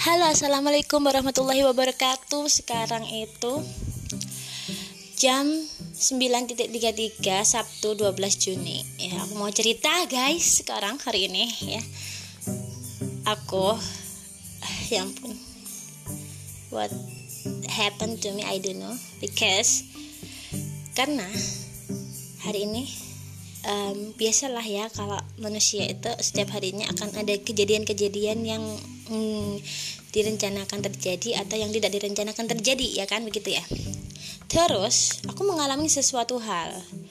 Halo, assalamualaikum warahmatullahi wabarakatuh. Sekarang itu jam 9.33 Sabtu 12 Juni. Ya, aku mau cerita guys. Sekarang hari ini ya. Aku ya ampun. What happened to me I don't know. Karena hari ini biasalah ya, kalau manusia itu setiap harinya akan ada kejadian-kejadian yang direncanakan terjadi atau yang tidak direncanakan terjadi, ya kan, begitu ya. Terus aku mengalami sesuatu hal,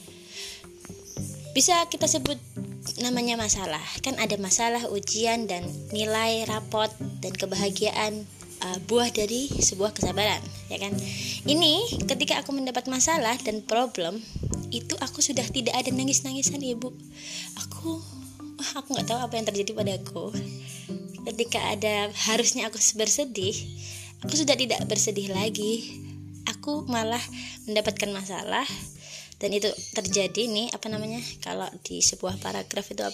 bisa kita sebut namanya masalah. Kan ada masalah, ujian, dan nilai, rapot, dan kebahagiaan, buah dari sebuah kesabaran, ya kan. Ini ketika aku mendapat masalah dan problem itu, aku sudah tidak ada nangis-nangisan, ibu. Aku nggak tahu apa yang terjadi padaku. Ketika ada harusnya aku bersedih, aku sudah tidak bersedih lagi. Aku malah mendapatkan masalah, dan itu terjadi nih, kalau di sebuah paragraf itu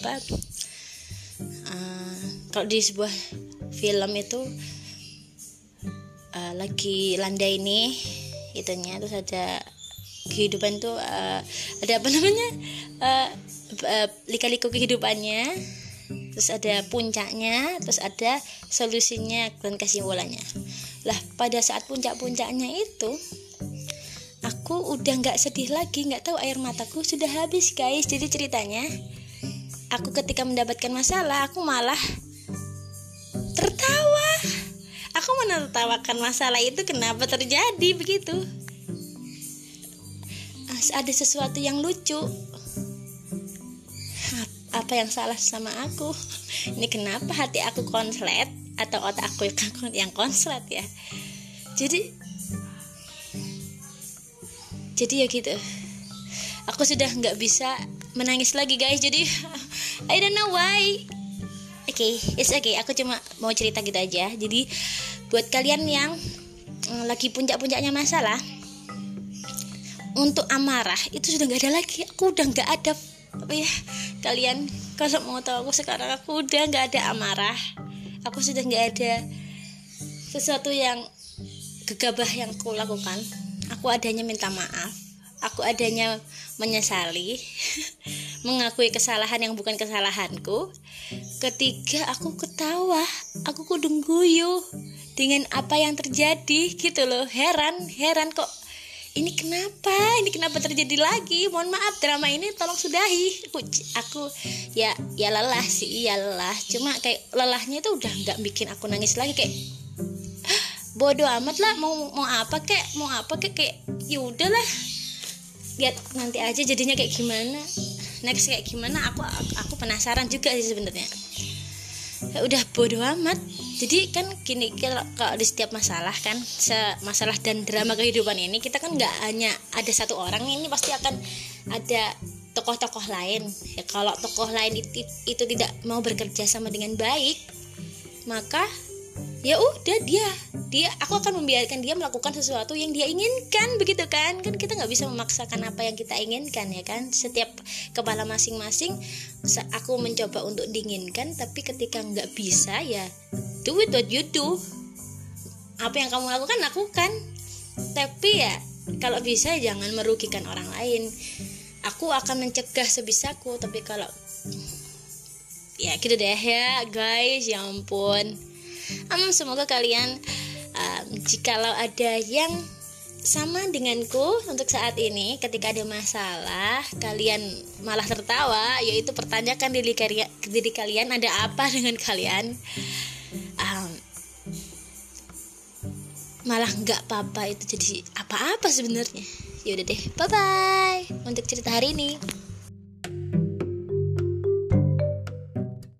kalau di sebuah film itu lagi landai nih itunya, terus ada kehidupan tuh ada lika-liku kehidupannya, terus ada puncaknya, terus ada solusinya dan kesimpulannya. Lah, pada saat puncak-puncaknya itu aku udah gak sedih lagi, gak tahu, air mataku sudah habis guys. Jadi ceritanya, aku ketika mendapatkan masalah, aku malah tertawa. Aku menertawakan masalah itu, kenapa terjadi begitu. Ada sesuatu yang lucu. Apa yang salah sama aku? Ini kenapa hati aku konslet, atau otak aku yang konslet ya? Jadi ya gitu. Aku sudah nggak bisa menangis lagi guys. Jadi I don't know why. It's okay. Aku cuma mau cerita gitu aja. Jadi buat kalian yang lagi puncak-puncaknya masalah, untuk amarah itu sudah nggak ada lagi. Aku udah nggak ada. Kalian kalau mau tahu, aku sekarang aku udah nggak ada amarah. Aku sudah nggak ada sesuatu yang gegabah yang aku lakukan. Aku adanya minta maaf. Aku adanya menyesali, mengakui kesalahan yang bukan kesalahanku. Ketika aku ketawa, aku kudung guyu dengan apa yang terjadi gitu loh. Heran kok. Ini kenapa terjadi lagi? Mohon maaf, drama ini tolong sudahi. Aku ya lelah sih, lelah. Cuma kayak lelahnya itu udah nggak bikin aku nangis lagi. Kayak bodoh amat lah, mau apa kek kayak ya udahlah. Lihat nanti aja jadinya kayak gimana. Next kayak gimana? Aku penasaran juga sih sebenarnya. Ya udah bodoh amat. Jadi kan gini, kalau di setiap masalah kan, masalah dan drama kehidupan ini, kita kan nggak hanya ada satu orang, ini pasti akan ada tokoh-tokoh lain. Ya, kalau tokoh lain itu tidak mau bekerja sama dengan baik, maka ya udah dia aku akan membiarkan dia melakukan sesuatu yang dia inginkan, begitu kan kita nggak bisa memaksakan apa yang kita inginkan, ya kan. Setiap kepala masing-masing. Aku mencoba untuk diinginkan, tapi ketika nggak bisa, ya do it what you do. Apa yang kamu lakukan, tapi ya kalau bisa jangan merugikan orang lain. Aku akan mencegah sebisaku, tapi kalau ya gitu deh ya guys, ya ampun. Semoga kalian jikalau ada yang sama denganku untuk saat ini, ketika ada masalah kalian malah tertawa, yaitu pertanyakan diri kalian, ada apa dengan kalian. Malah nggak apa-apa itu jadi apa-apa sebenarnya. Ya udah deh, bye bye untuk cerita hari ini.